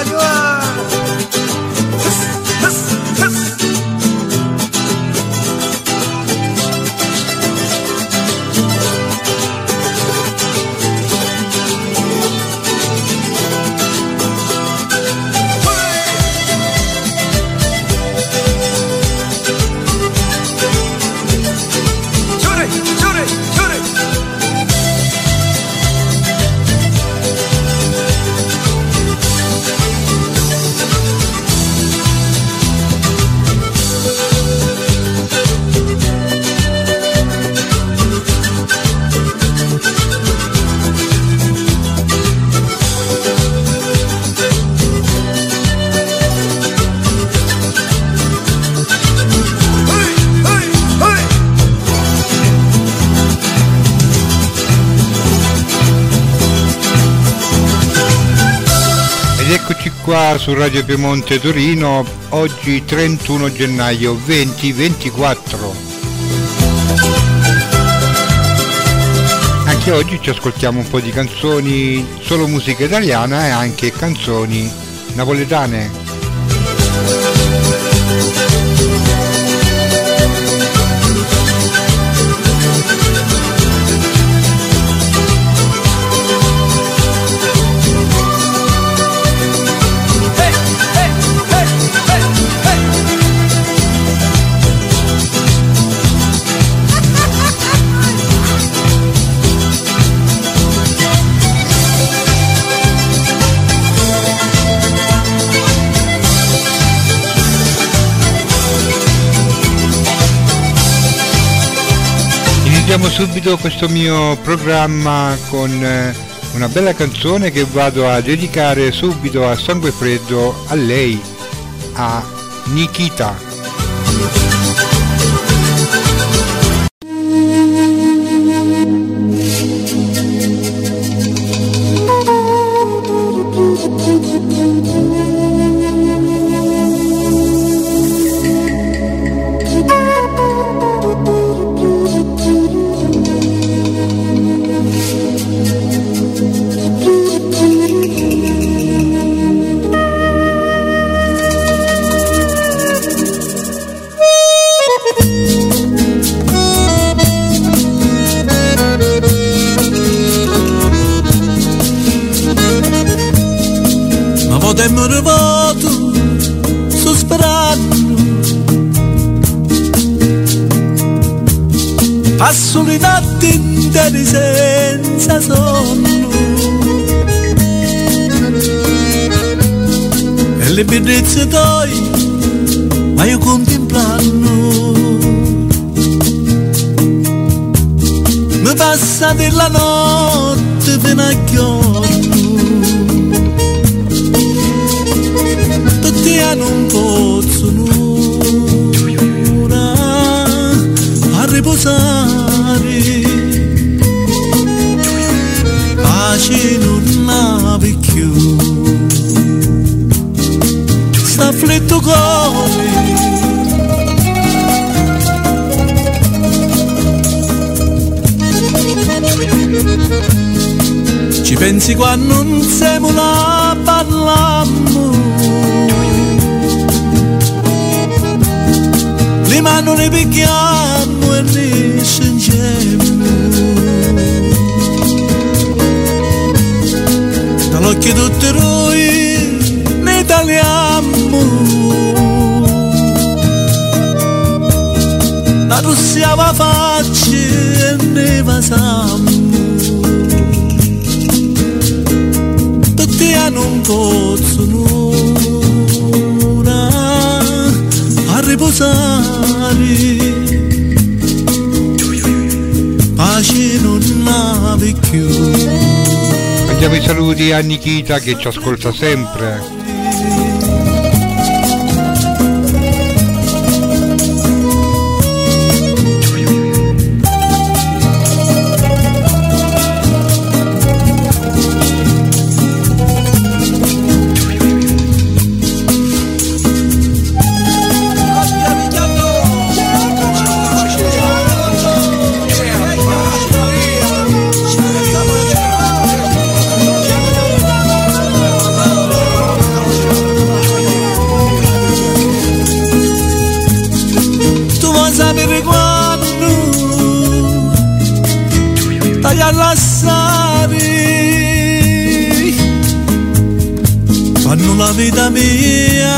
Qua su Radio Piemonte Torino, oggi 31 gennaio 2024. Anche oggi ci ascoltiamo un po' di canzoni, solo musica italiana e anche canzoni napoletane. Iniziamo subito questo mio programma con una bella canzone che vado a dedicare subito a sangue freddo a lei, a Nikita. Passo le notti intere senza sonno e le bellezze tue ma io contemplando mi passa della notte fino a giorno tutti hanno un pozzo n'ora a riposare, pace non navi più, sta afflitto cuore, ci pensi quando non siamo là parlammo, le mani le picchiamo e le stringiamo, dall'occhio tutti noi ne tagliamo, la russia va faccia e ne vasiamo, tutti hanno un pozzo n'ora a riposare, pace non navi più. Mandiamo i saluti a Nikita che ci ascolta sempre. rilassare, fanno la vita mia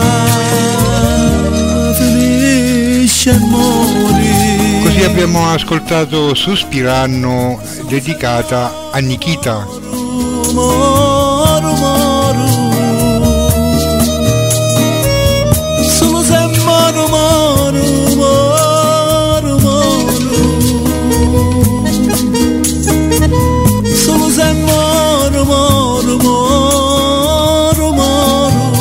felice e morire. Così abbiamo ascoltato Sospiranno, dedicata a Nikita. Moro, moro, solo se moro, moro, moro, moro, solo se moro, moro, moro, moro.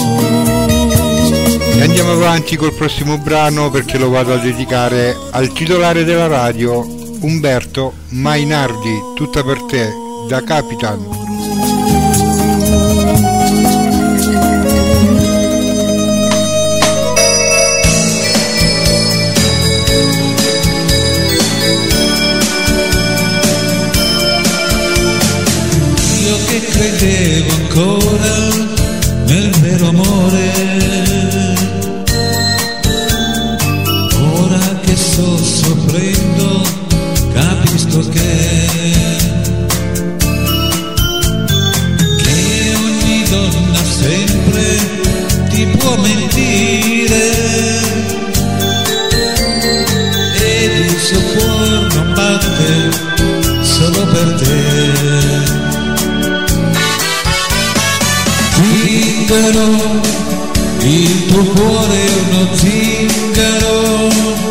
E andiamo avanti col prossimo brano, perché lo vado a dedicare al titolare della radio, Umberto Mainardi. Tutta per te, da Capitan. Credevo ancora nel vero amore, ora che sto soffrendo capisco che ogni donna sempre ti può mentire ed il suo cuore non batte solo per te. Zingaro, il tuo cuore è uno zingaro.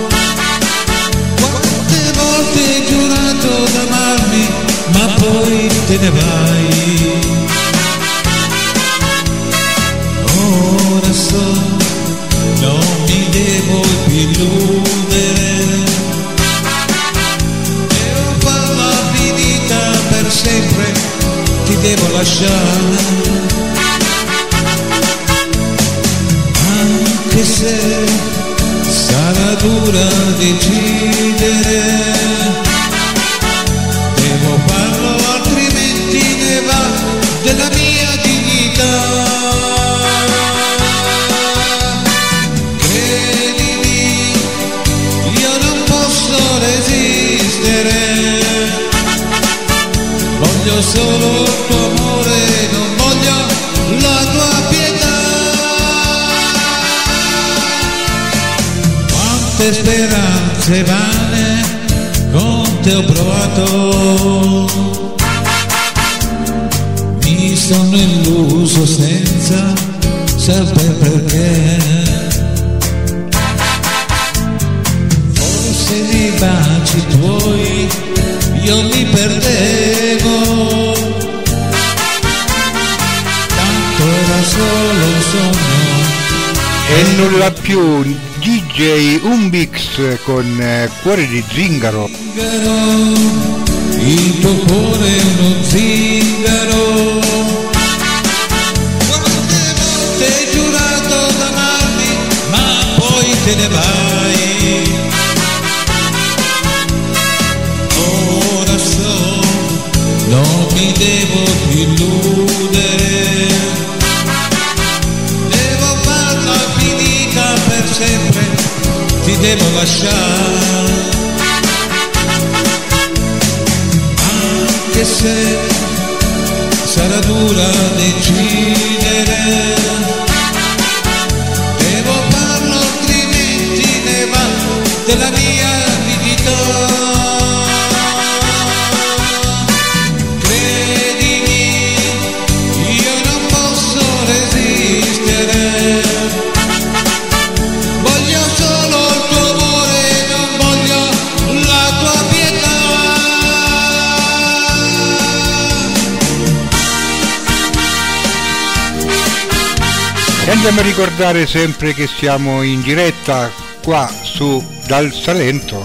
Quante volte hai giurato d'amarmi, ma poi te ne vai. Ora so, non mi devo più illudere, devo farla finita per sempre, ti devo lasciare. Anche se sarà dura decidere, devo farlo altrimenti ne va della mia dignità. Credimi, io non posso resistere, voglio solo il tuo amore, non voglio la tua pietà. Quante speranze vane con te ho provato, mi sono illuso senza saper perché. Forse nei baci tuoi io mi perdevo, tanto era solo un sogno E nulla più, DJ Umbix con Cuore di Zingaro. Il tuo cuore è uno zingaro. Quante volte hai giurato d'amarmi, ma poi te ne vai. Ora so, non mi devo più illudere, devo farla finita per sempre, ti devo lasciare. Anche se sarà dura decidere, devo farlo altrimenti ne va della mia dignità. Credimi, io non posso resistere, voglio solo il tuo amore, non voglio la tua pietà. E andiamo a ricordare sempre che siamo in diretta qua su dal Salento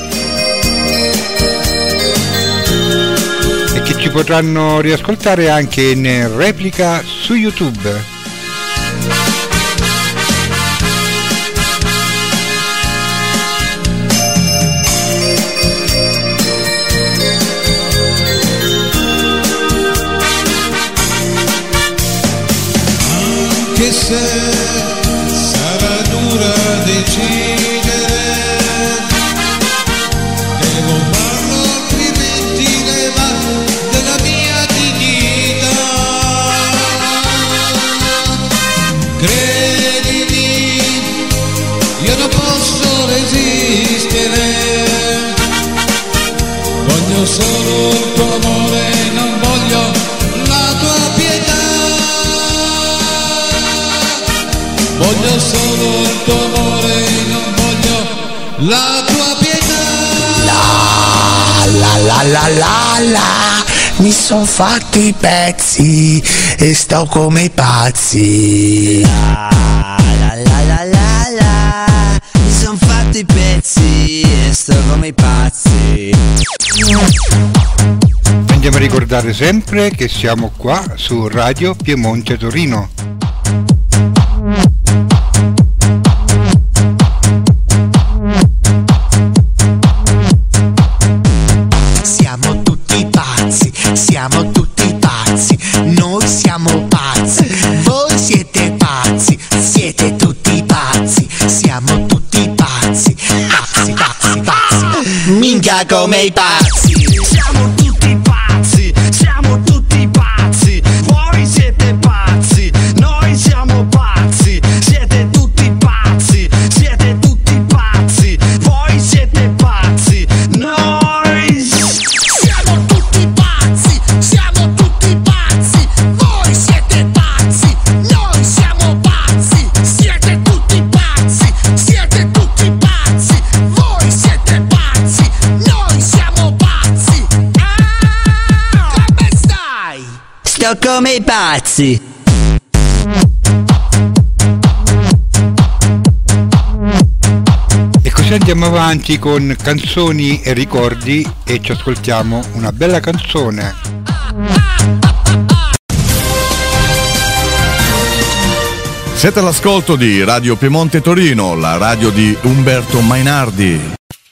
e che ci potranno riascoltare anche in replica su YouTube. Anche se sarà dura decidere, devo farlo altrimenti ne va la la la, mi son fatto i pezzi e sto come i pazzi. La la la la la la, mi son fatto i pezzi e sto come i pazzi. Andiamo a ricordare sempre che siamo qua su Radio Piemonte Torino. Siamo tutti pazzi, noi siamo pazzi, voi siete pazzi, siete tutti pazzi, siamo tutti pazzi, pazzi, pazzi, pazzi, minchia come i pazzi. Siamo tutti pazzi, siamo tutti pazzi, voi siete pazzi, noi siamo pazzi, siete tutti pazzi, siete tutti pazzi, voi siete pazzi, noi Siamo tutti pazzi, siamo tutti pazzi, voi siete pazzi, noi siamo pazzi, siete tutti pazzi, siete tutti pazzi, voi siete pazzi, noi siamo pazzi. Come stai? sto come i pazzi. E così andiamo avanti con canzoni e ricordi e ci ascoltiamo una bella canzone. Siete all'ascolto di Radio Piemonte Torino, la radio di Umberto Mainardi.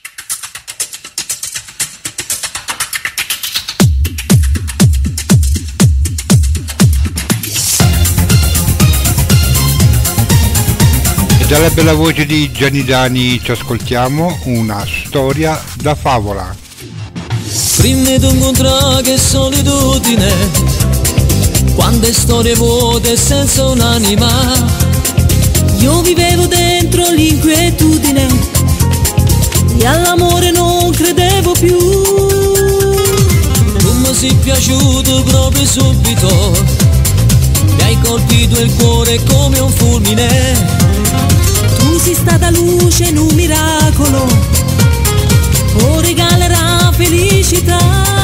E dalla bella voce di Gianni Dani ci ascoltiamo una storia da favola. Prima di incontrare che solitudine, quante storie vuote senza un'anima. Io vivevo dentro l'inquietudine e all'amore non credevo più. Tu mi sei piaciuto proprio subito, mi hai colpito il cuore come un fulmine. Tu sei stata luce in un miracolo, o regalerà felicità.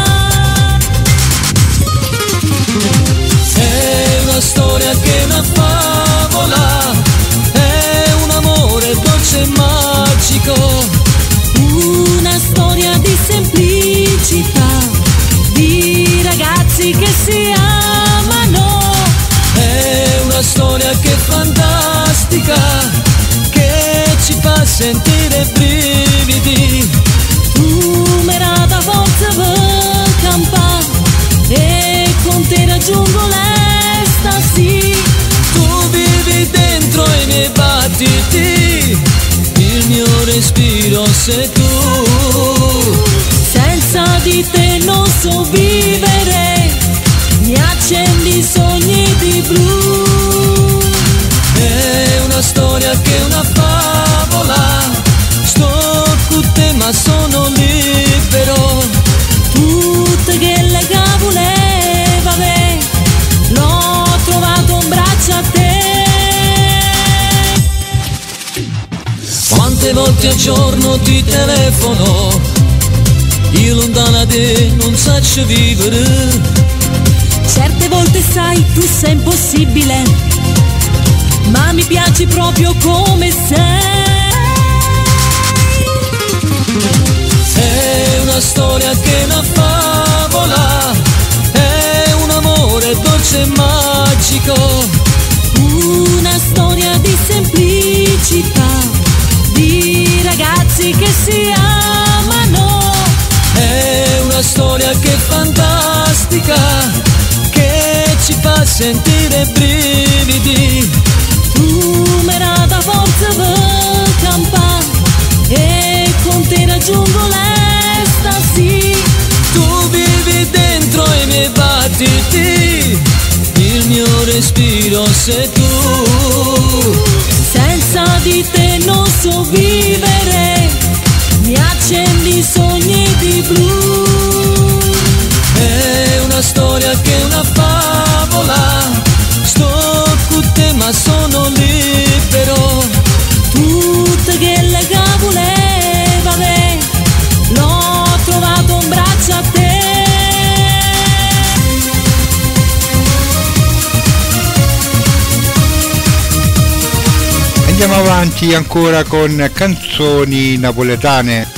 È una storia che è una favola, è un amore dolce e magico, una storia di semplicità, di ragazzi che si amano. È una storia che è fantastica, che ci fa sentire brividi. Tu mi hai dato forza per campare e con te raggiungo l'estasi. Tu vivi dentro i miei battiti, il mio respiro sei tu. Senza di te non so vivere, mi accendi sogni di blu. È una storia che è una favola, sto con te ma sono libero. Tutte che le cavole, vabbè, l'ho trovato un braccio a te. Quante volte al giorno ti telefono, io lontana da te non saccio vivere. Certe volte sai tu sei impossibile, ma mi piaci proprio come sei. È una storia che è una favola, è un amore dolce e magico, una storia di semplicità, di ragazzi che si amano. È una storia che è fantastica, che ci fa sentire brividi. Tu mi hai dato forza per campare e con te raggiungo l'estasi. Tu vivi dentro i miei battiti, il mio respiro sei tu. Senza di te non so vivere, mi accendi sogni di blu. È una storia che è una favola, sto con te ma sono libero. Tutte che le cavole, vabbè, l'ho trovato un braccio a te. Andiamo avanti ancora con canzoni napoletane.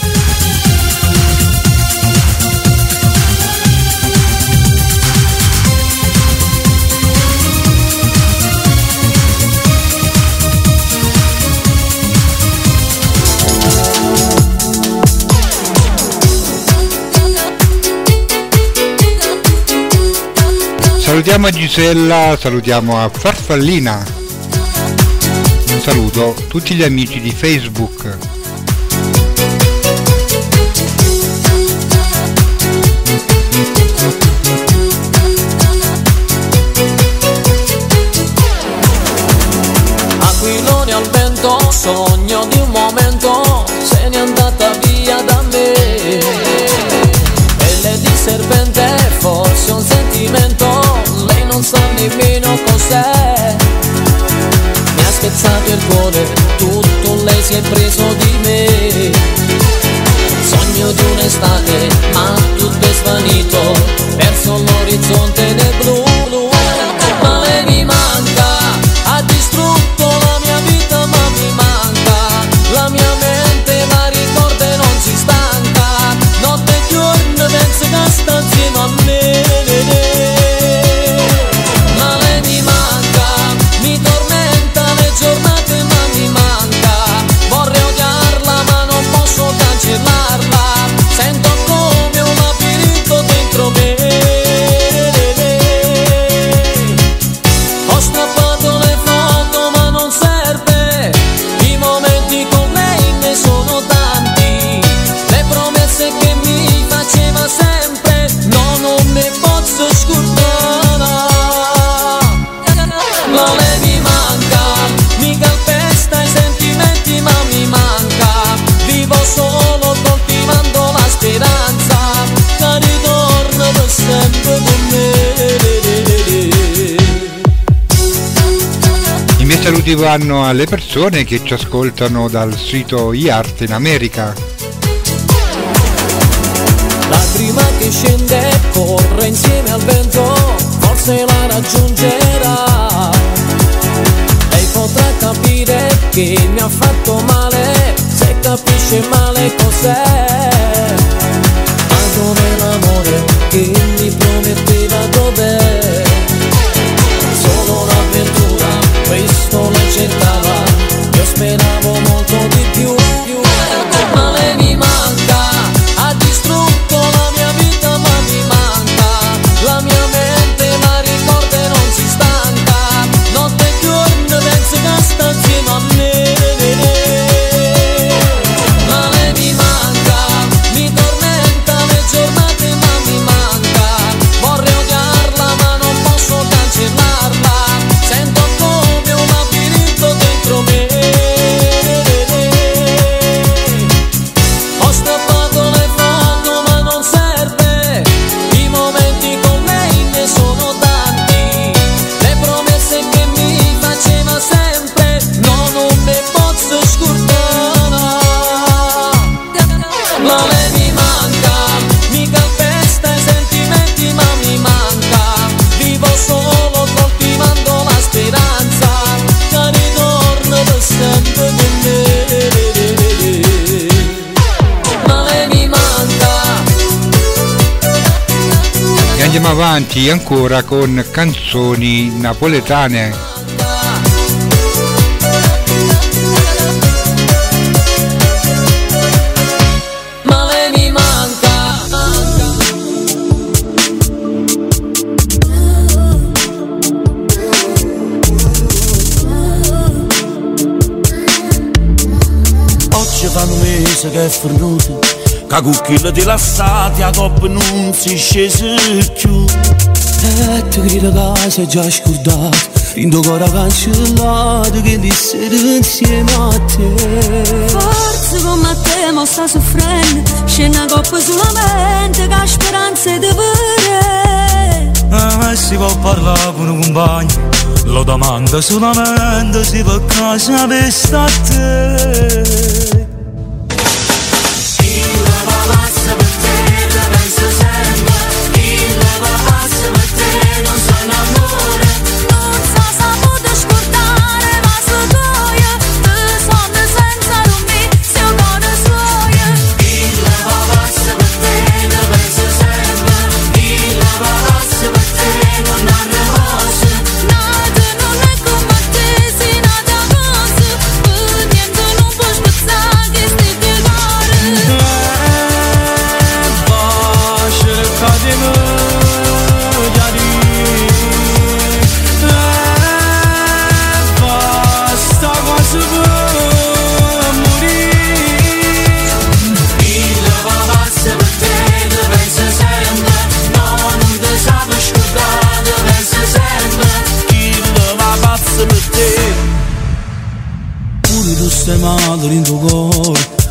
Salutiamo a Gisella, salutiamo a Farfallina. Un saluto a tutti gli amici di Facebook. Aquiloni al vento, sogno di un momento, se n'è andata via da me. Pelle di serpente, forse un sentimento, lei non sa nemmeno cos'è. Mi ha spezzato il cuore, tutto lei si è preso di me. Sogno di un'estate, ma tutto è svanito, verso l'orizzonte nel blu. Ma lei mi manca, ha distrutto la mia vita, ma mi manca. La mia mente la ricorda e non si stanca. Notte e giorno penso che sta insieme a me. Ma lei mi manca, mi tormenta le giornate, ma mi manca. Vorrei odiarla ma non posso cancellarla. Sento come un labirinto dentro me. Ho strappato le foto ma non serve, i momenti con lei ne sono tanti. Le promesse che mi faceva sempre, no, non me posso scordare. Ma lei mi manca, mi calpesta i sentimenti ma mi manca. Vivo solo coltivando la speranza, che ritorna per sempre con me. I miei saluti vanno alle persone che ci ascoltano dal sito iArt in America. Lacrima che scende, corre insieme al vento, forse la raggiungerà. Lei potrà capire che mi ha fatto male, se capisce male cos'è. Ma dov'è l'amore che mi prometteva, dov'è? Solo un'avventura, questo lei cercava, io speravo molto di più. Ma lei mi manca, ha distrutto la mia vita ma mi manca. La mia mente la ricorda e non si stanca. Notte e giorno penso che sta insieme a me. Ma lei mi manca, mi tormenta le giornate ma mi manca. Vorrei odiarla ma non posso cancellarla. Sento come un labirinto dentro me. Ho strappato le foto ma non serve, i momenti con lei ne sono tanti. Le promesse che mi faceva sempre, no, non me posso scordare. Ma lei mi manca, mi calpesta i sentimenti ma mi manca. Vivo solo coltivando la speranza, che ritorna per sempre con me. Ma lei mi manca. E andiamo avanti ancora con canzoni napoletane. Ma lei mi manca. Oggi fa un mese che è fornuto, che cucchilla rilassati a coppa non si scese più. E ti grido che sei già scordato, rindo ancora cancellato che dissero insieme a te. Forse come a te mo sta soffrendo, c'è una coppa solamente che ha speranze di vedere. Si può parlare con un compagno, lo domanda solamente se per casa per sta a te. Non so se poter scordare, ma se tu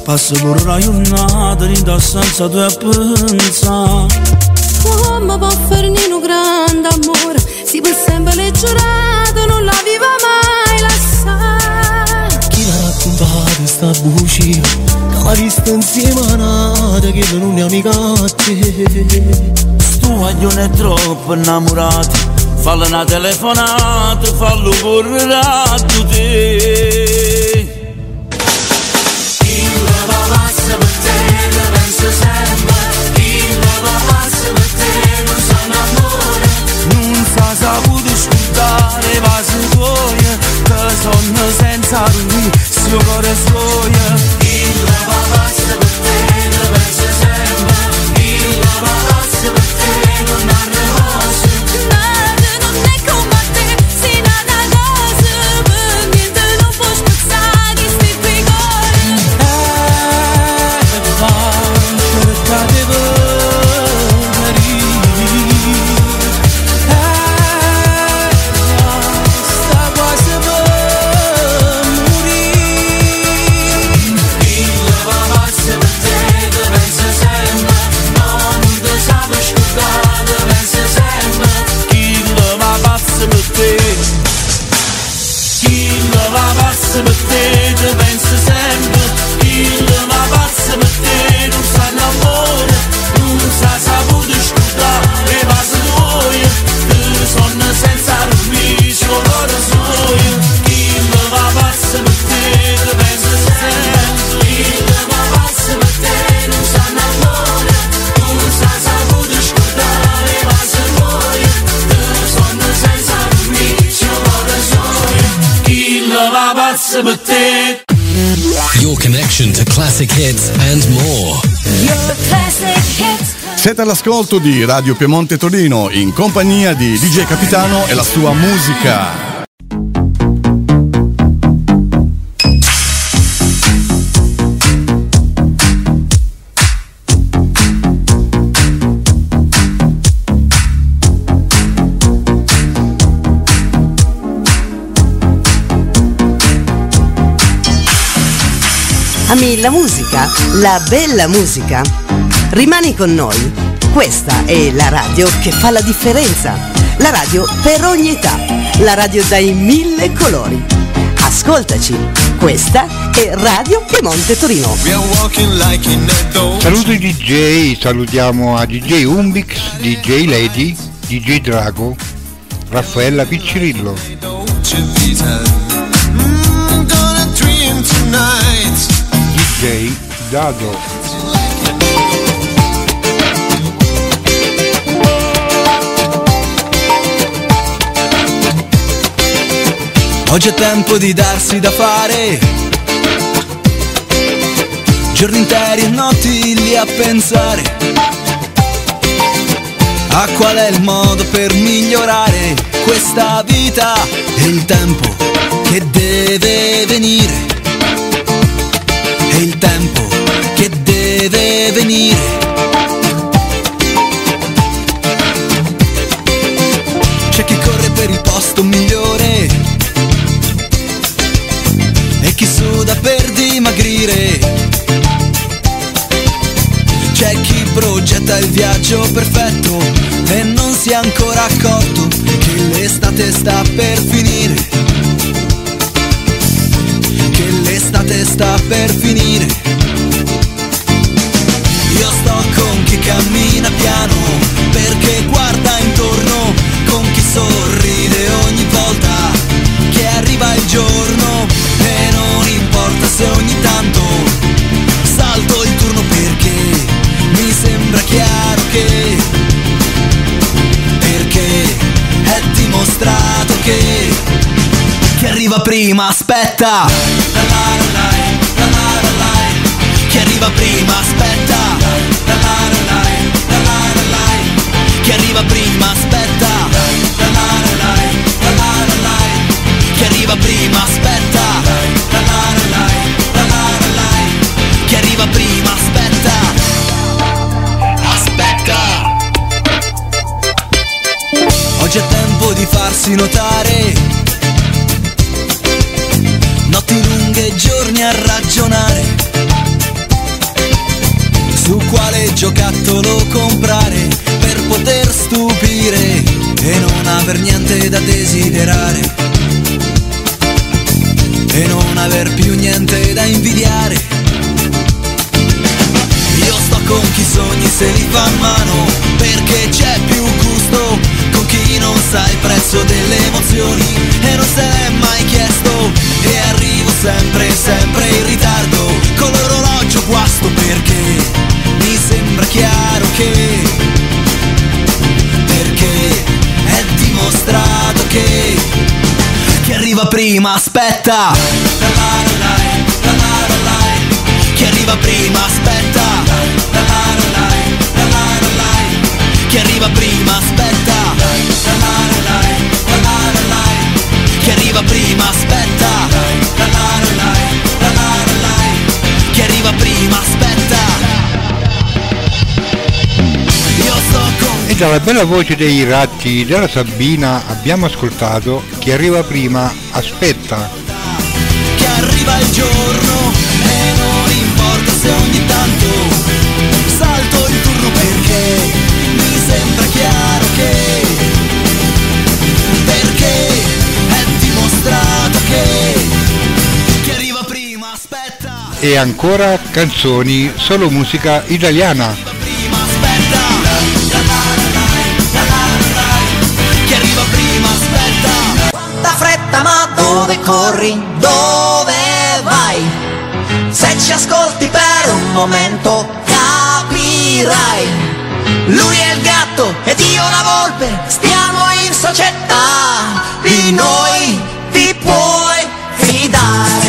passa pure la giornata indosso senza tu a pensare. Come può fare un grande amore, si può sempre giurato, non la viva mai lasciare. Chi l'ha raccontato sta bugia, che l'ha vista insieme a nata, che non è amica a te. Sto maglione è troppo innamorato, fallo una telefonata, fallo correre a te. Il va passa per te, lo penso sempre. Il va passa per te, non sono amore. Non sa saputo scordare va su tuoi, che sono senza lui, sto cuore suoia. Il va passa per te, lo penso sempre. Il va passa per te, non ha remorso. Nada non è come te, si nada cosa, per niente non può spezzare che sti tuoi cuori. Cercate veri, sta quasi per morire. Il va passa per te, lo penso sempre. No, non ti sapevo scordare, lo penso sempre. Chi lo va pazzo per te, chi lo va pazzo per te, te penso sempre. Chi lo va pazzo per te, non sa l'amore, non sa saputo scordare, va su noi, che sono senza lui, suo cuore suoio. Chi lo va pazzo per te, te penso sempre. Il va passa per te, non sa l'amore. Non sa saputo scordare, va su noi, che sono senza lui, suo cuore suoio. Chi lo va pazzo per te. Your connection to classic hits and more. Your classic hits. Siete all'ascolto di Radio Piemonte Torino in compagnia di DJ Capitano e la sua musica. Ami la musica, la bella musica? Rimani con noi. Questa è la radio che fa la differenza. La radio per ogni età. La radio dai 1000 colori. Ascoltaci. Questa è Radio Piemonte Torino. Saluto i DJ, salutiamo a DJ Umbix, DJ Lady, DJ Drago, Raffaella Piccirillo. DJ Dado. Oggi è tempo di darsi da fare, giorni interi e notti lì a pensare a qual è il modo per migliorare questa vita e il tempo che deve venire. È il tempo che deve venire. C'è chi corre per il posto migliore e chi suda per dimagrire. C'è chi progetta il viaggio perfetto e non si è ancora accorto che l'estate sta per finire. Che l'estate sta per finire. Io sto con chi cammina piano perché guarda intorno, con chi sorride ogni volta che arriva il giorno. E non importa se ogni tanto salto il turno perché mi sembra chiaro che, perché è dimostrato che chi arriva prima aspetta. Chi arriva prima aspetta. Chi arriva prima aspetta. Chi arriva prima aspetta. Chi arriva prima aspetta. Aspetta. Oggi è tempo di farsi notare, notti lunghe, giorni a ragionare su quale giocattolo comprare per poter stupire e non aver niente da desiderare e non aver più niente da invidiare. Io sto con chi sogni se li fa a mano, perché c'è più gusto con chi non sa il prezzo delle emozioni e non se l'è mai chiesto, e arrivo sempre in ritardo con l'orologio guasto, perché mi sembra chiaro che è dimostrato che chi arriva prima aspetta, chi arriva prima aspetta, chi arriva prima aspetta, chi arriva prima aspetta, chi arriva prima aspetta. Io sto con... E dalla bella voce dei Ratti della Sabina abbiamo ascoltato Chi arriva prima aspetta. Che arriva il giorno e non importa se ogni tanto salto il turno, perché mi sembra chiaro perché è dimostrato che chi arriva prima aspetta. E ancora canzoni, solo musica italiana. Prima aspetta, chi arriva prima aspetta. Quanta fretta, ma dove corri? Dove vai? Se ci ascolti per un momento capirai. Lui è il gatto ed io la volpe, stiamo in società, di noi ti puoi fidare.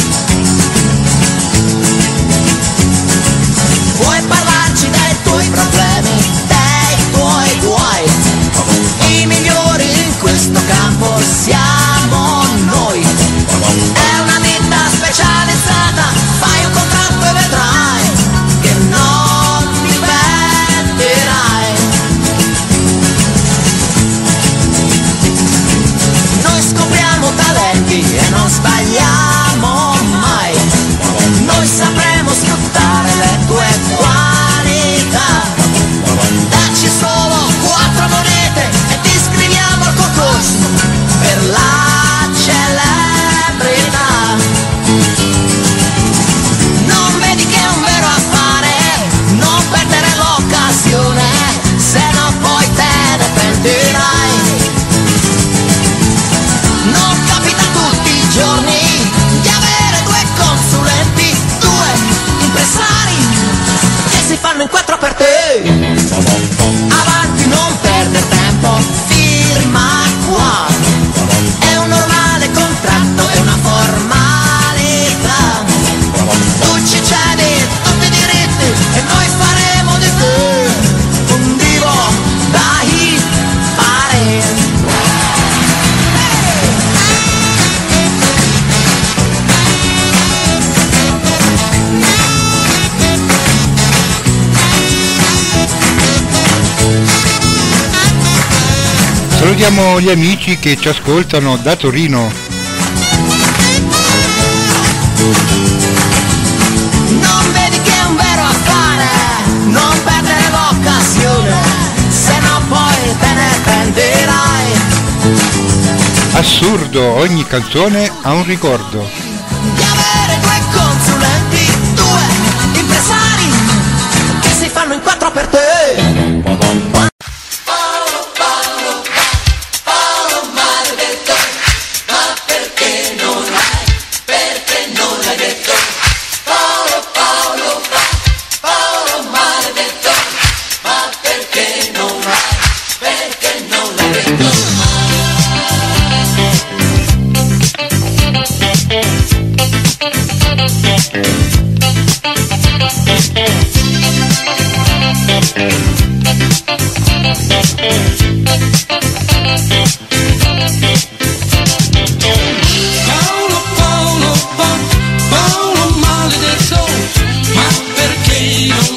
Puoi parlarci dei tuoi problemi, dei tuoi guai. I migliori in questo campo siamo noi. È una ditta specializzata, fai un contratto e vedrai che non ti pentirai. Noi scopriamo talenti e non sbagliamo mai. Noi sapremo sfruttare le tue qualità. Dacci solo 4 monete e ti iscriviamo al concorso per la celebrità. Non vedi che è un vero affare, non perdere l'occasione, se no poi te ne pentirai. Non capita tutti i giorni di avere 2 consulenti, 2 impresari che si fanno in 4 per te. Avanti, non perdere tempo, firma qua. È un normale contratto, è una formalità. Tu ci cedi tutti i diritti e noi faremo di te un divo da hippare. Salutiamo gli amici che ci ascoltano da Torino. Non vedi che è un vero affare, non perdere l'occasione, se no poi te ne pentirai. Assurdo, ogni canzone ha un ricordo. Di avere 2 consulenti, 2 impresari che si fanno in 4 per te.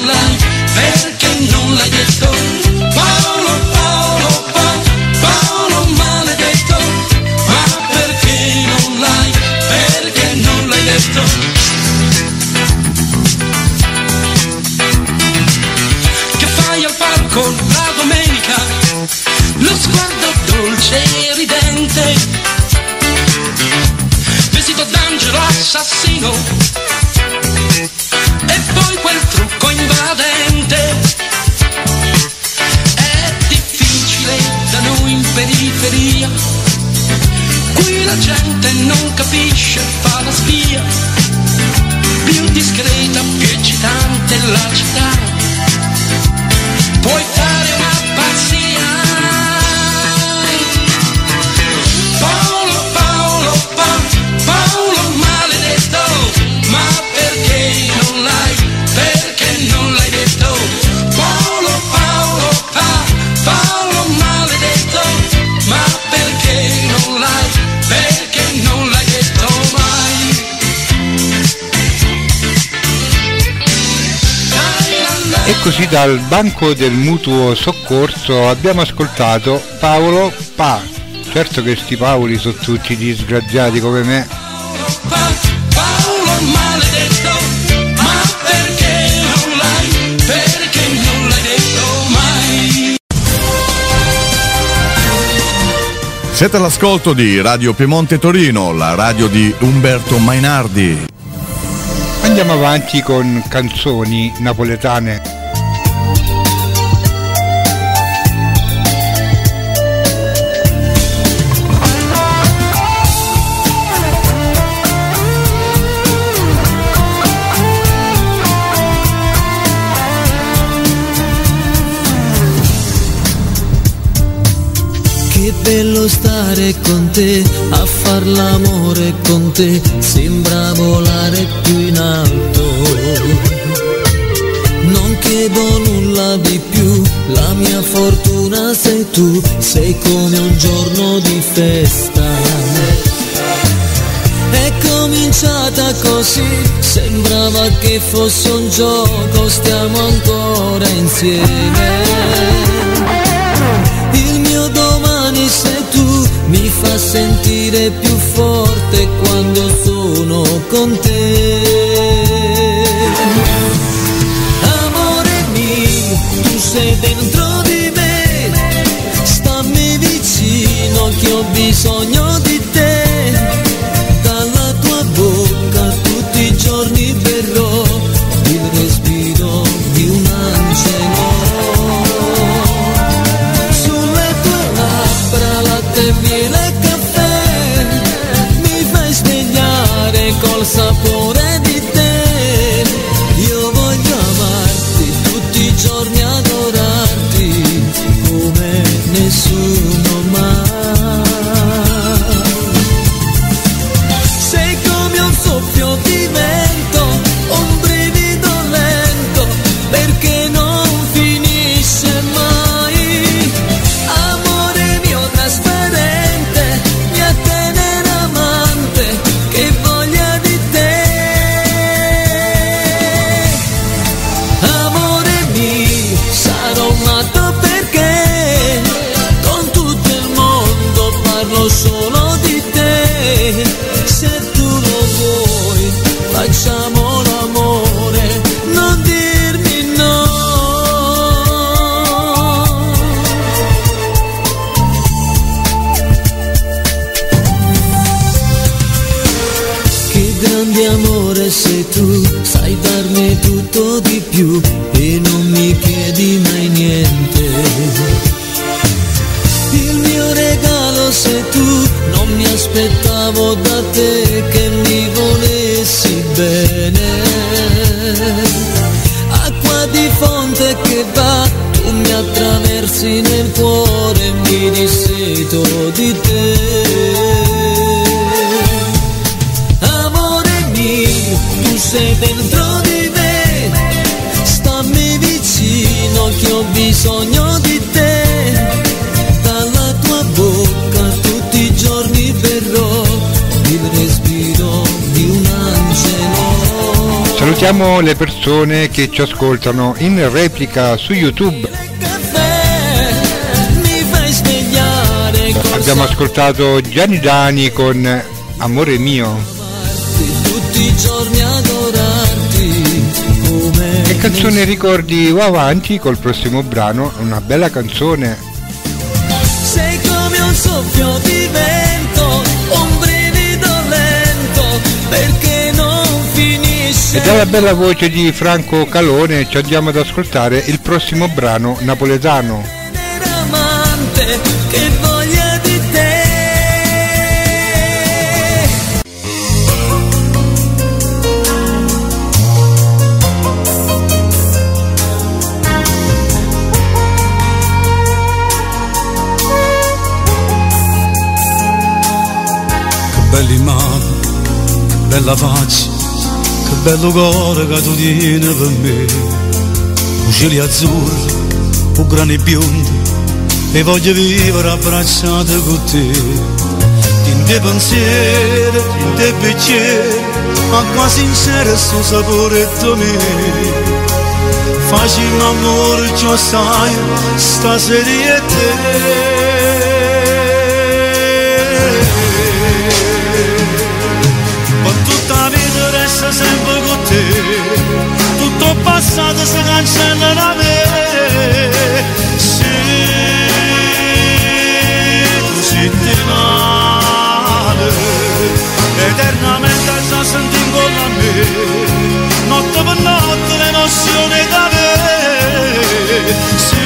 Perché non l'hai detto? Paolo, Paolo, Paolo, Paolo sguardo dolce e ridente, vestito d'angelo assassino, e poi quel trucco invadente. È difficile da noi in periferia, qui la gente non capisce, fa la spia, più discreta, più eccitante la città, puoi fare una pazzia. Paolo, Paolo, Paolo maledetto, ma perché non l'hai detto? Paolo, Paolo, Paolo maledetto, ma perché non l'hai detto mai? E così dal banco del mutuo soccorso abbiamo ascoltato Paolo Pa. Certo che sti Paoli sono tutti disgraziati come me. Paolo maledetto, ma perché non l'hai detto mai? Siete all'ascolto di Radio Piemonte Torino, la radio di Umberto Mainardi. Andiamo avanti con canzoni napoletane. Che bello stare con te, a far l'amore con te, sembra volare più in alto. Non chiedo nulla di più, la mia fortuna sei tu, sei come un giorno di festa. È cominciata così, sembrava che fosse un gioco, stiamo ancora insieme. Il mio domani sei tu, mi fa sentire più forte quando sono con te. Amore mio, tu sei dentro di me, stammi vicino che ho bisogno di te. Dalla tua bocca tutti i giorni berrò il respiro di un angelo. Miele e caffè, mi fai svegliare col sapore di te. Io voglio amarti tutti i giorni, adorarti come nessuno mai. Sei come un soffio di vento, un brivido lento, perché non finisce mai. Solo di te, se tu lo vuoi, facciamo l'amore, non dirmi no. Che grande amore sei tu, sai darmi tutto di più e non mi chiedi mai niente. Il mio regalo sei tu, non mi aspettavo da te che mi volessi bene. Acqua di fonte che va, tu mi attraversi nel cuore e mi disseto di te. Amore mio, tu sei dentro di me, stammi vicino che ho bisogno di te. Dalla tua bocca tutti i giorni berrò il respiro di un angelo. Salutiamo le persone che ci ascoltano in replica su YouTube. Mi fai svegliare. Abbiamo ascoltato Gianni Dani con Amore mio. Tutti i giorni adorarti come. Che canzone ricordi? Va avanti col prossimo brano, una bella canzone. E dalla bella voce di Franco Calone ci andiamo ad ascoltare il prossimo brano napoletano. Amante, che voglia di te. Che belli mani, bella faccia, che bello cuore che tu tieni per me. Uccelli azzurri, o grani biondi, e voglio vivere abbracciate con te. In te pensieri, in te bicchieri, acqua sincera sto sapore mio. Facciamo amore, ciò sai, stasera e te. Resta sempre con te, tutto passato si cancella da me. Se tu senti male, eternamente già senti con me, notte per notte l'emozione da me. Se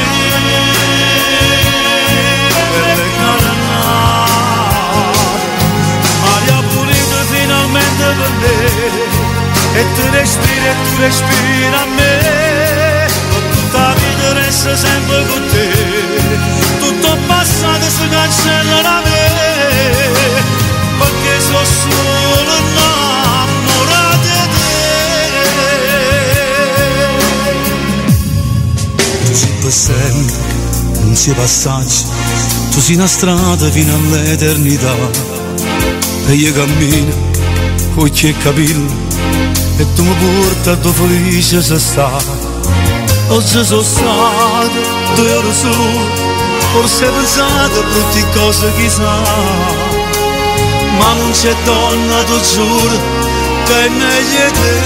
aria pulita finalmente per me. E tu respiri a me, tutta la vita resta sempre con te, tutto passato si cancella da me, perché sono solo innamorato di te. Tu sei per sempre, non sei passaggio, tu sei una strada fino all'eternità, e io cammino, occhi e capelli, e tu mi porti a tua felice se sta. Oggi sono stato 2 ore solo, forse hai pensato a brutte cose chissà, ma non c'è donna, tu giuro, che è meglio di te.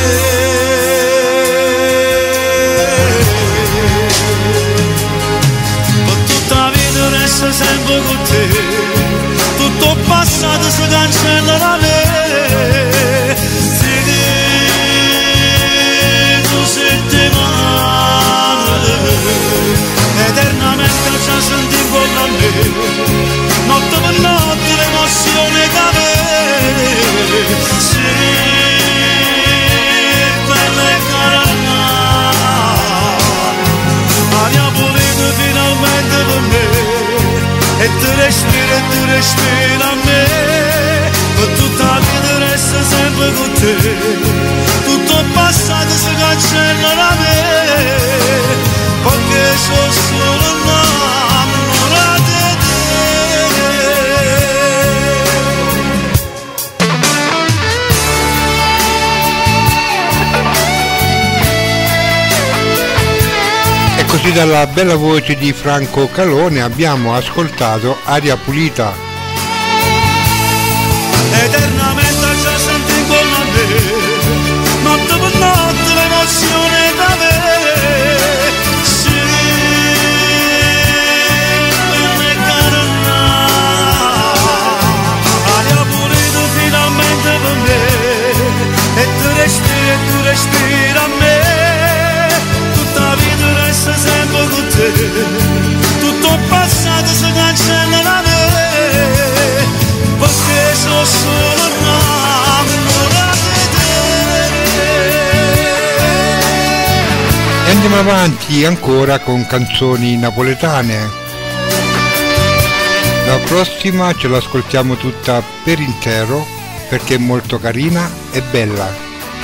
Per tutta la vita resta sempre con te, tutto passato si cancella da me. Senti male, eternamente già senti con me, notte per notte l'emozione da me. Sì, bella e cara, aria pulita finalmente per me, e tu respiri a me, per tutta la vita resta sempre con te. Tutto passato si cancella da me, perché sono solo innamorato di E così dalla bella voce di Franco Calone abbiamo ascoltato Aria Pulita. Eternamente già senti con me, notte per notte l'emozione da me. Sì, bella e cara, aria pulita finalmente per me, e tu respiri a me, tutta la vita resta sempre con te, tutto passato si cancella da me, perché sono solo innamorato di te. E andiamo avanti ancora con canzoni napoletane. La prossima ce l'ascoltiamo tutta per intero perché è molto carina e bella.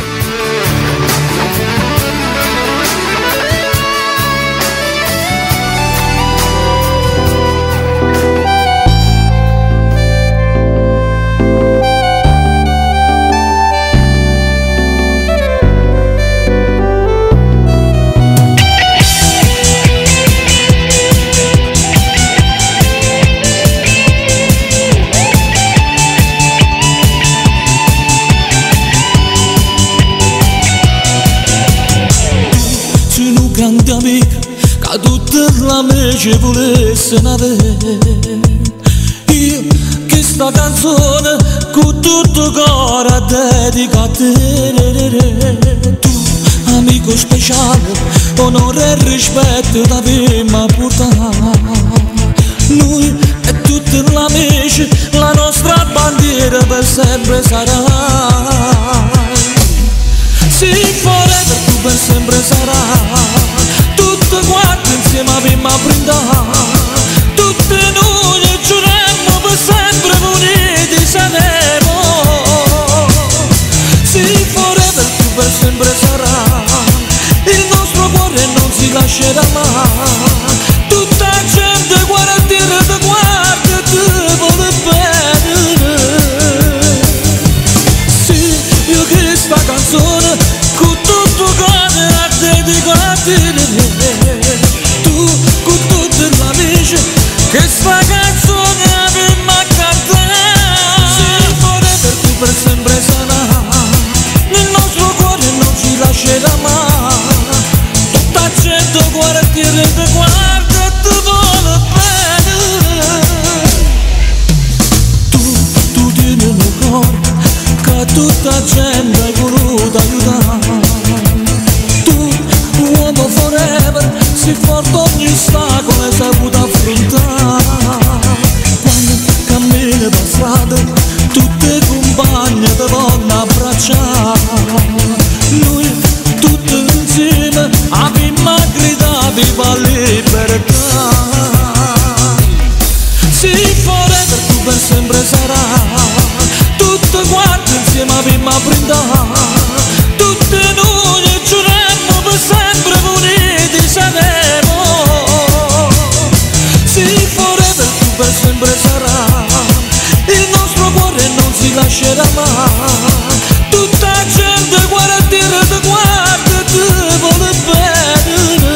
grande amica che tutta la me ci volesse avere. Io che sta canzone con tutto cuore dedico a te. Tu, amico speciale, onore e rispetto da prima portare. Noi e tutti gli amici, la nostra bandiera per sempre sarà. Sì, forever tu per sempre sarai. Tutti quanti insieme abbiamo a brindare. Tutti noi giuremmo per sempre uniti saremo. Sì, forever tu per sempre sarai. Il nostro cuore non si lascerà mai. Tutta gente guarda a dire te guarda e ti vuole bene. Sì, io che sta canzone con tutto cuore la dedico a te. Tu con tutti gli amici che sta canzone abbiamo a cantare. Sì, forever tu per sempre sarai. Nel nostro cuore non ci lascerà mai. Tutta gente guarda a dire te guarda e ti vuole bene. Tu tieni nel cuore che tutta gente hai voluto aiutare. Tu, uomo forever, si forte ogni ostacolo e saputo affrontare. Quando cammini per strada, tutte compagne ti vogliono abbracciare. Noi tutti insieme abbiamo gridato viva libertà. Sì, forever tu per sempre sarai. Tutti quanti insieme abbiamo a brindare. Tutti noi giuremmo per sempre uniti saremo. Sì, forever tu per sempre sarai. Il nostro cuore non si lascerà mai. Tutta gente guarda a dire te guarda e ti vuole bene.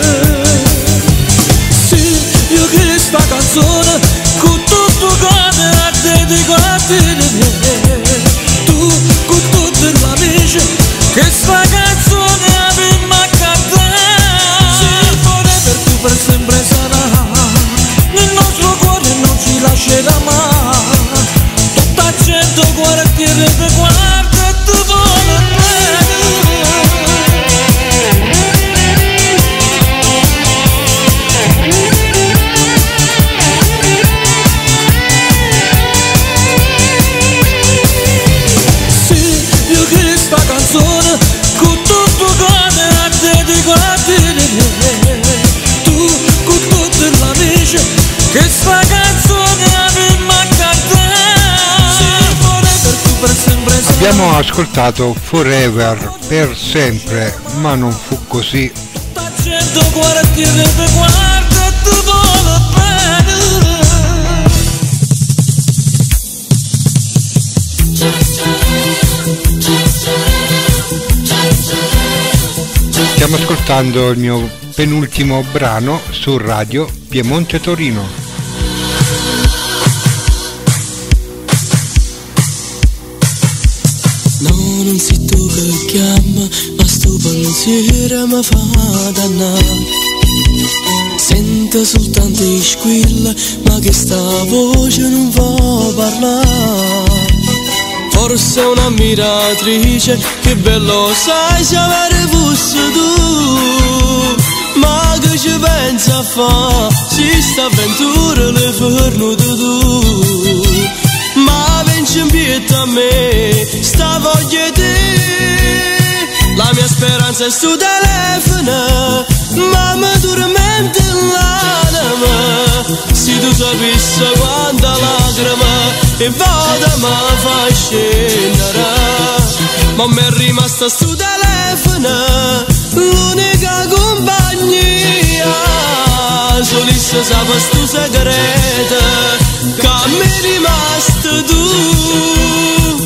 Sì, io che sta canzone con tutto cuore la dedico a te. Tu con tutti gli amici che sta canzone abbiamo a cantare. Sì, forever tu per sempre sarai. Nel nostro cuore non ci lascerà mai. Tutta gente guarda a dire te guarda e ti vuole bene. Sì, io che sta canzone con tutto cuore la dedico a te. Tu con tutti gli amici che sta canzone abbiamo a cantare. Sì, forever tu per sempre sarai. Abbiamo ascoltato Forever, per sempre, ma non fu così. Tutta gente guarda a dire te guarda e ti vuole bene. Stiamo ascoltando il mio penultimo brano su Radio Piemonte Torino. No, non sei tu che chiama, ma sto pensiero mi fa dannare. Sento soltanto i squilla, ma che sta voce non può parlare. Forse è un'ammiratrice, che bello sai se avere fosse tu. Ma che ci pensa a fa, si sta avventura le fernuto tu. Ma vinci in pietà a me, sta voglia te. La mia speranza è sto telefono, ma mi tormenta l'anima. Se tu sapessi quanta lacrima e vada mi fa scendere. Ma mi è rimasta sto telefono, l'unica compagnia. Solissa sapeva sto segreto, che mi è rimasto tu.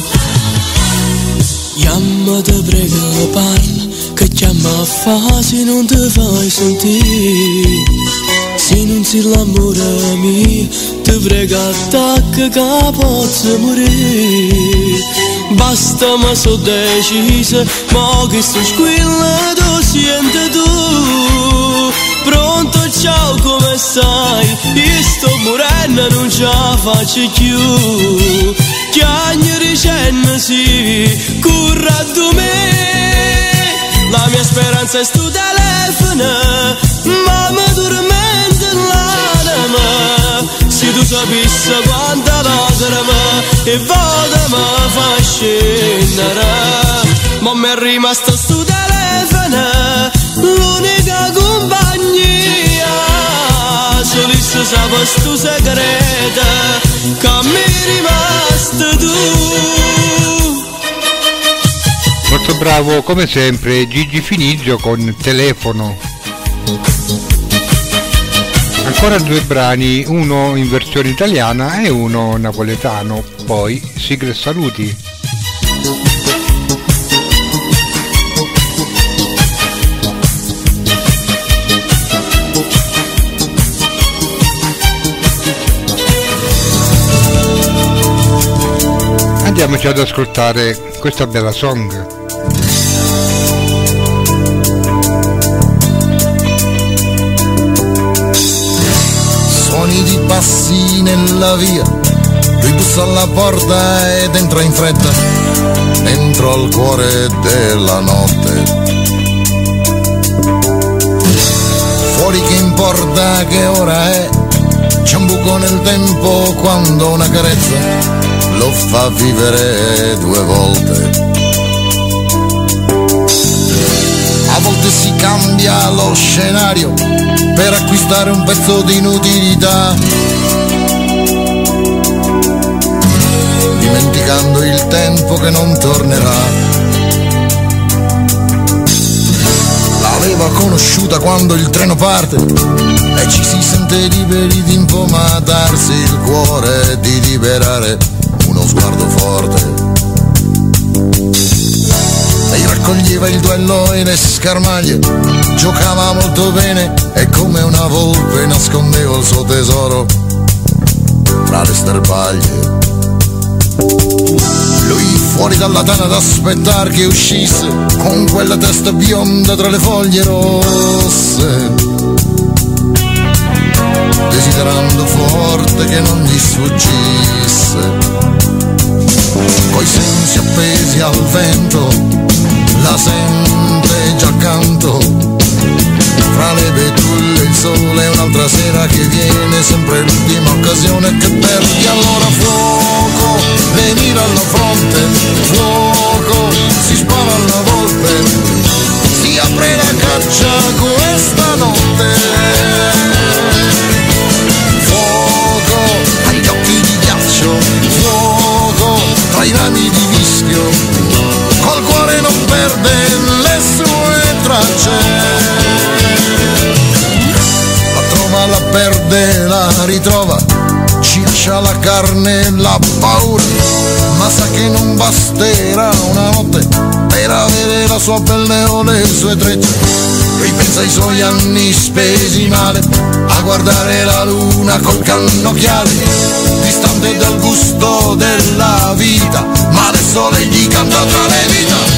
Chiama te prego parla, che chiama a fa se non ti fai sentire. Se non sei l'amore mio, ti prego attacca che posso morire. Basta ma so decisa, ma che sto squillato senti tu. Pronto ciao come stai? Io sto morendo non ce la faccio più. chiagnere sì, curra tu me. La mia speranza è stu telefono, ma mi tormenta l'anima. Se tu sapissi quanta lacrima e vada mi fa scendere. Ma mi è rimasto stu telefono, l'unica compagnia. Solisse sapere stu segreto che mi è rimasto tu. Molto bravo come sempre Gigi Finizio con Telefono. Ancora due brani, uno in versione italiana e uno napoletano, poi sigla e saluti. Andiamoci ad ascoltare questa bella song. Suoni di passi nella via, lui bussa alla porta ed entra in fretta dentro al cuore della notte. Fuori che importa che ora è, c'è un buco nel tempo quando una carezza lo fa vivere due volte. A volte si cambia lo scenario per acquistare un pezzo di inutilità, dimenticando il tempo che non tornerà. L'aveva conosciuta quando il treno parte e ci si sente liberi di inpomadarsi il cuore e di liberare uno sguardo forte. Lei raccoglieva il duello e le scarmaglie, giocava molto bene e come una volpe nascondeva il suo tesoro tra le sterpaglie. Lui fuori dalla tana ad aspettare che uscisse con quella testa bionda tra le foglie rosse, desiderando forte che non gli sfuggisse. Coi sensi appesi al vento, la sente già accanto, fra le betulle il sole, un'altra sera che viene, sempre l'ultima occasione che perdi. Allora fuoco, le mira alla fronte, fuoco, si spara alla volpe, si apre la caccia questa notte. Fuoco, agli occhi di ghiaccio, fuoco, tra i rami di vischio, col cuore non perde le sue tracce. La trova, la perde, la ritrova, ci lascia la carne e la paura, ma sa che non basterà una notte per avere la sua pelle o le sue trecce. Ripensa ai suoi anni spesi male a guardare la luna col cannocchiale, distante dal gusto della vita, ma adesso lei gli canta tra le dita.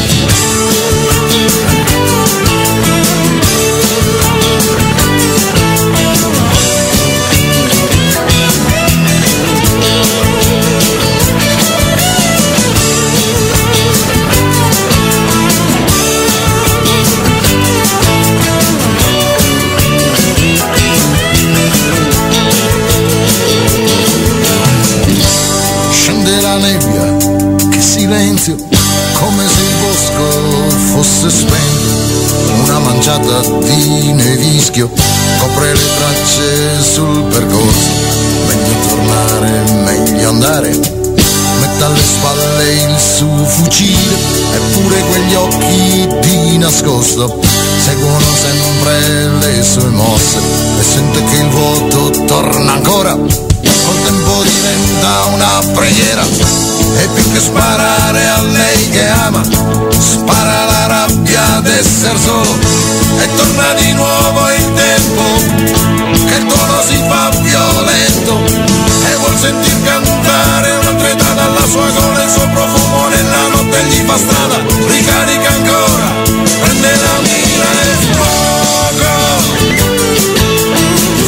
La nebbia, che silenzio, come se il bosco fosse spento. Una manciata di nevischio copre le tracce sul percorso. Meglio tornare, meglio andare. Mette alle spalle il suo fucile, eppure quegli occhi di nascosto seguono sempre le sue mosse e sente che il vuoto torna ancora. Col tempo diventa una preghiera e più che sparare a lei che ama, spara la rabbia d'esser solo e torna di nuovo il tempo che il tuono si fa violento e vuol sentir cantare un'altra età dalla sua gola. Il suo profumo nella notte gli fa strada, ricarica ancora, prende la mira e fuoco,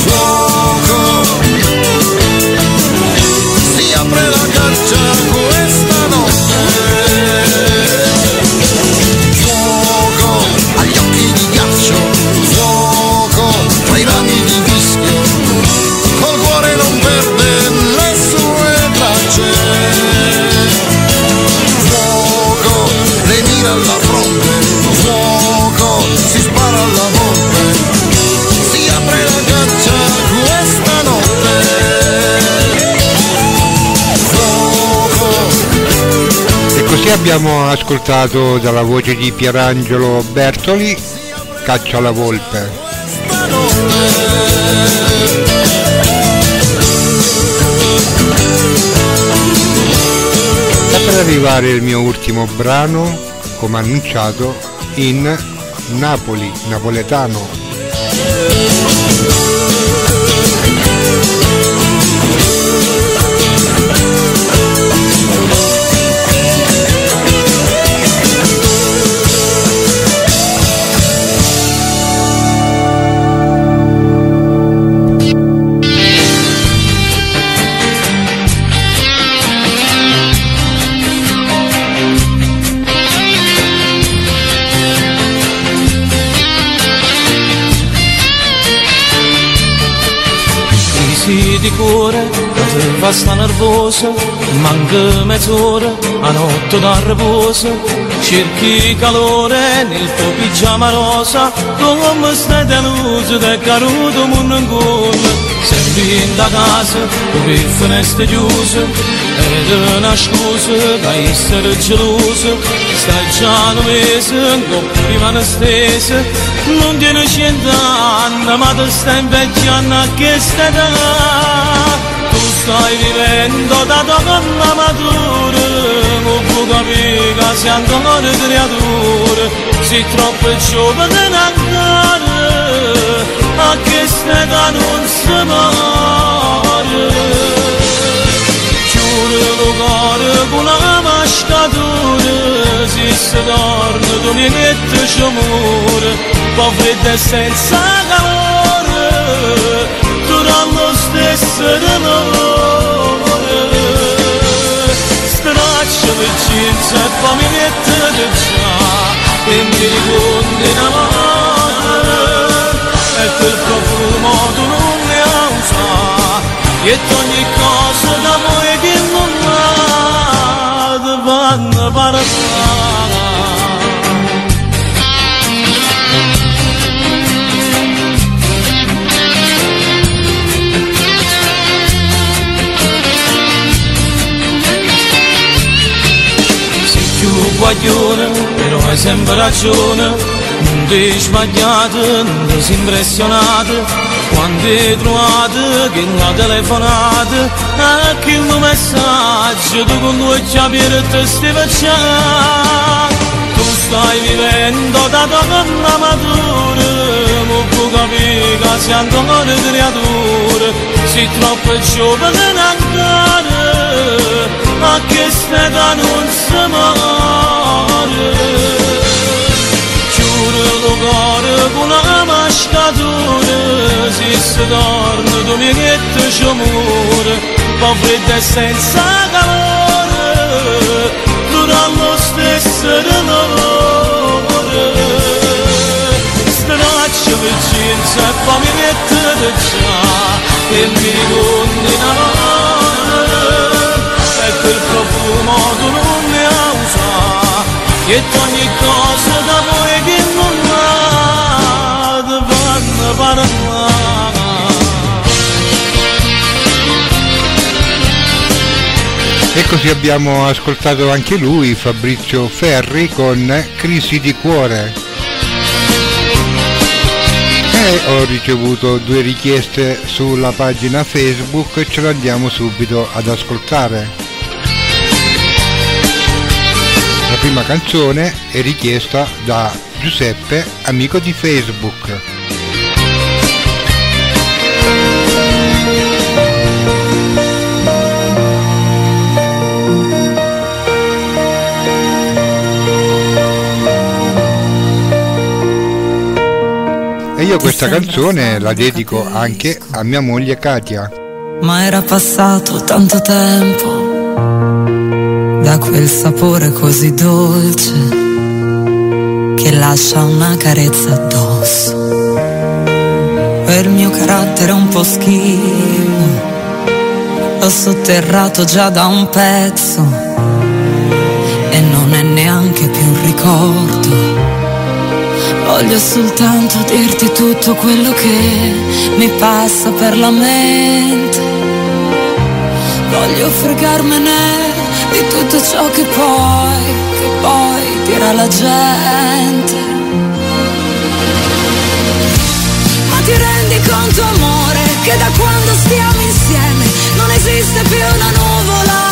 fuoco, si apre la caccia questa abbiamo ascoltato dalla voce di Pierangelo Bertoli, Caccia alla volpe. Sta per arrivare il mio ultimo brano, come annunciato, in Napoli, napoletano. Di cuore, la terra sta nervosa, manca mezz'ora, a notte da riposo, cerchi calore nel tuo pigiama rosa, come stai deluso, ti è caduto mondo in gola, sempre da casa, dove finestre chiuse, ed una scusa, da essere geloso, stai già un mese, non rimane stesa, non tiene 100 anni, ma ti stai invecchiando a che stai da. Tu stai vivendo da donna matura, non puoi capire che sei ancora creatura, sei troppo giovane ancora, a che stai da non si muore. Giuro lo cuore con la mascatura, se si torna domenica ci muore, poi freddo e senza calore, durante lo stesso dolore. Straccio le jeans e poi mi mette già, e mi ricordo in amore, e quel profumo tu non ne usa, e ogni cosa d'amore che non ha, ti fanno parlare. Guaglione, però hai sempre ragione, non ti sbagliate, non ti sei impressionate, quando hai trovato che non ha telefonato, anche un messaggio, tu con due chiaviere te stai facendo, tu stai vivendo da donna matura, non puoi capire che sei ancora creatura, sei troppo giovane ancora, a che strada non si muore. Giuro lo cuore con la mascatura, se si torna domenica ci muore, poi freddo e senza calore, durante lo stesso dolore. Straccio per jeans e poi mi mette già, e mi ricordo in amore, e quel profumo tu non ne usa, e ogni cosa d'amore che non ha, ti fanno parlare. E così abbiamo ascoltato anche lui, Fabrizio Ferri, con Crisi di cuore. E ho ricevuto 2 richieste sulla pagina Facebook e ce le andiamo subito ad ascoltare. La prima canzone è richiesta da Giuseppe, amico di Facebook. E io questa canzone la dedico anche a mia moglie Katia. Ma era passato tanto tempo da quel sapore così dolce che lascia una carezza addosso. Quel mio carattere un po' schivo l'ho sotterrato già da un pezzo e non è neanche più un ricordo. Voglio soltanto dirti tutto quello che mi passa per la mente. Voglio fregarmene di tutto ciò che poi dirà la gente. Ma ti rendi conto, amore, che da quando stiamo insieme non esiste più una nuvola?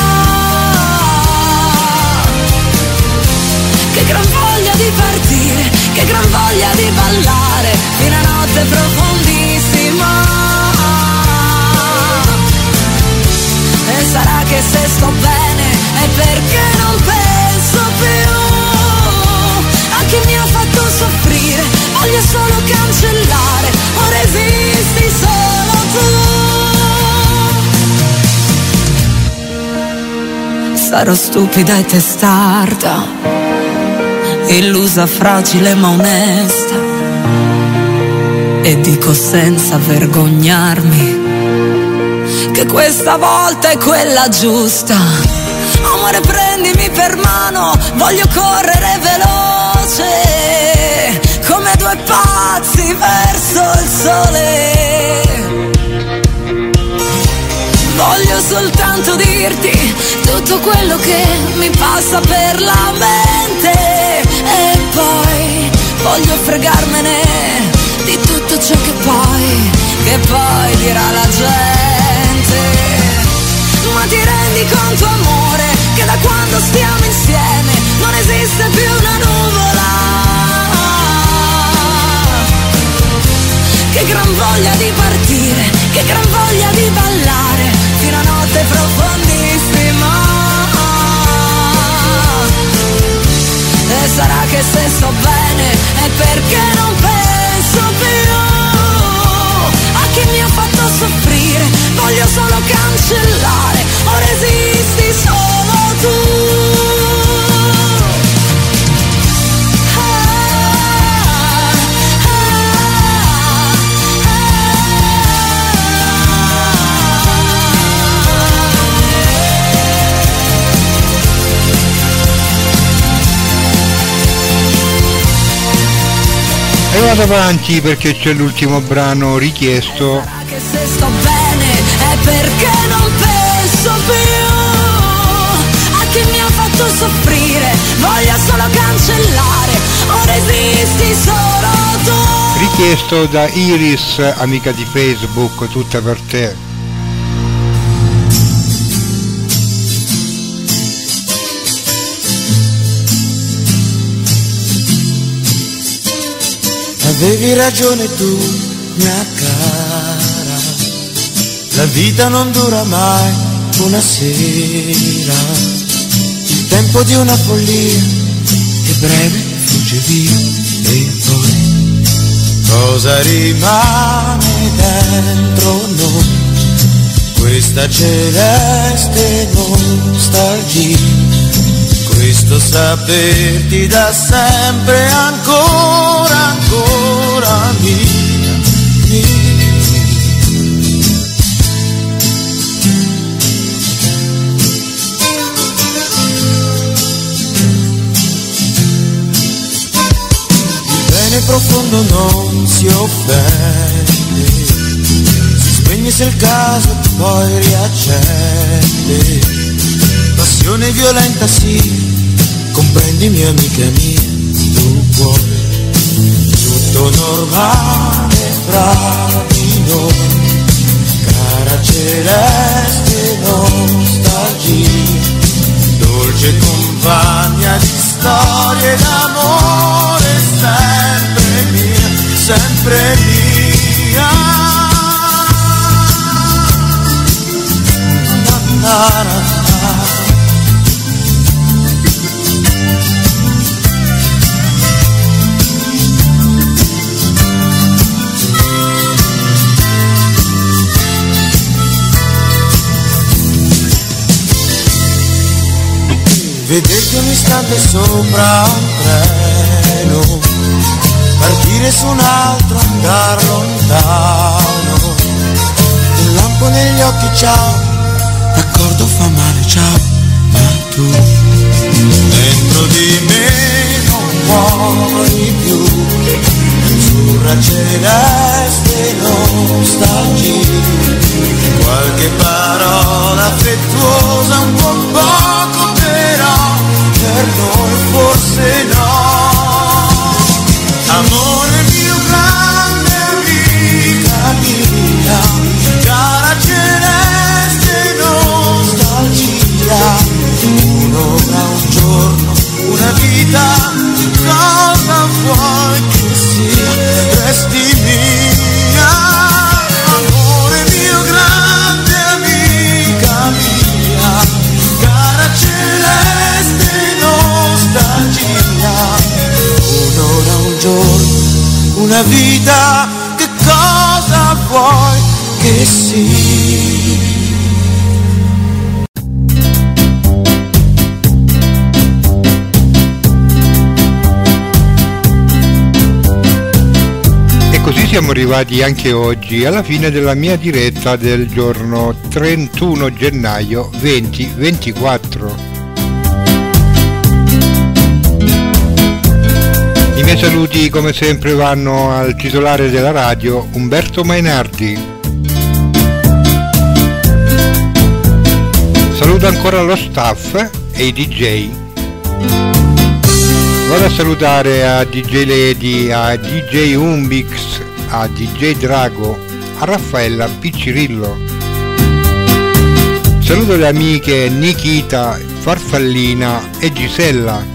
Che gran voglia di partire, che gran voglia di ballare fino a notte profondissima. E sarà che se sto bene è perché non penso più a chi mi ha fatto soffrire. Voglio solo cancellare, ora esisti solo tu. Sarò stupida e testarda, illusa, fragile ma onesta, e dico senza vergognarmi che questa volta è quella giusta. Amore, prendimi per mano, voglio correre veloce come due pazzi verso il sole. Voglio soltanto dirti tutto quello che mi passa per la mente, e poi voglio fregarmene di tutto ciò che poi dirà la gente. Ma ti rendi conto, amore, che da quando stiamo insieme non esiste più una nuvola? Che gran voglia di partire, che gran voglia di ballare fino a notte profondissima. E sarà che se sto bene è perché non penso più a chi mi ha fatto soffrire. Voglio solo cancellare, ora esisti solo tu. E vado avanti perché c'è l'ultimo brano richiesto. Che se sto bene è perché non penso più a chi mi ha fatto soffrire. Voglio solo cancellare, ora esisti solo tu. Richiesto da Iris, amica di Facebook, tutta per te. Avevi ragione tu, mia cara, la vita non dura mai una sera, il tempo di una follia che breve fugge via. E poi cosa rimane dentro noi, questa celeste nostalgia, questo saperti da sempre ancora mia, mia. Il bene profondo non si offende, si spegne se il caso poi riaccende. Passione violenta sì, comprendi mia amica mia, tu puoi. Tutto normale fra di noi, cara celeste nostalgia, dolce compagna di storie d'amore, sempre mia, sempre mia. Na, na, na. Vederti un istante sopra un treno, partire su un altro, andar lontano, un lampo negli occhi, ciao, d'accordo fa male, ciao, ma tu dentro di me non muori più, azzurra celeste nostalgia, qualche parola affettuosa, un po' poco mia vita, che cosa vuoi che sia? Così siamo arrivati anche oggi alla fine della mia diretta del giorno 31 gennaio 2024. I miei saluti come sempre vanno al titolare della radio, Umberto Mainardi. Saluto ancora lo staff e i DJ. Vado a salutare a DJ Lady, a DJ Umbix, a DJ Drago, a Raffaella Piccirillo. Saluto le amiche Nikita, Farfallina e Gisella.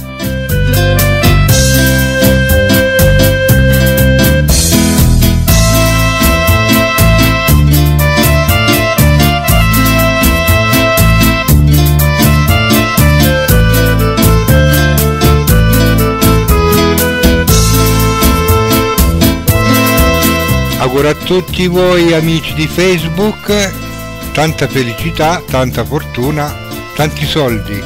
Auguro a tutti voi amici di Facebook tanta felicità, tanta fortuna, tanti soldi.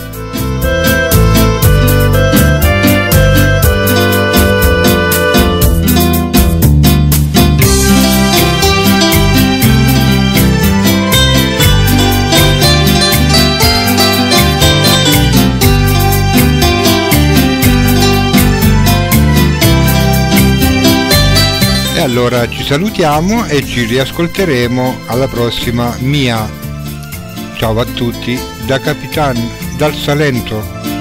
E allora ci salutiamo e ci riascolteremo alla prossima mia. Ciao a tutti da Capitan, dal Salento.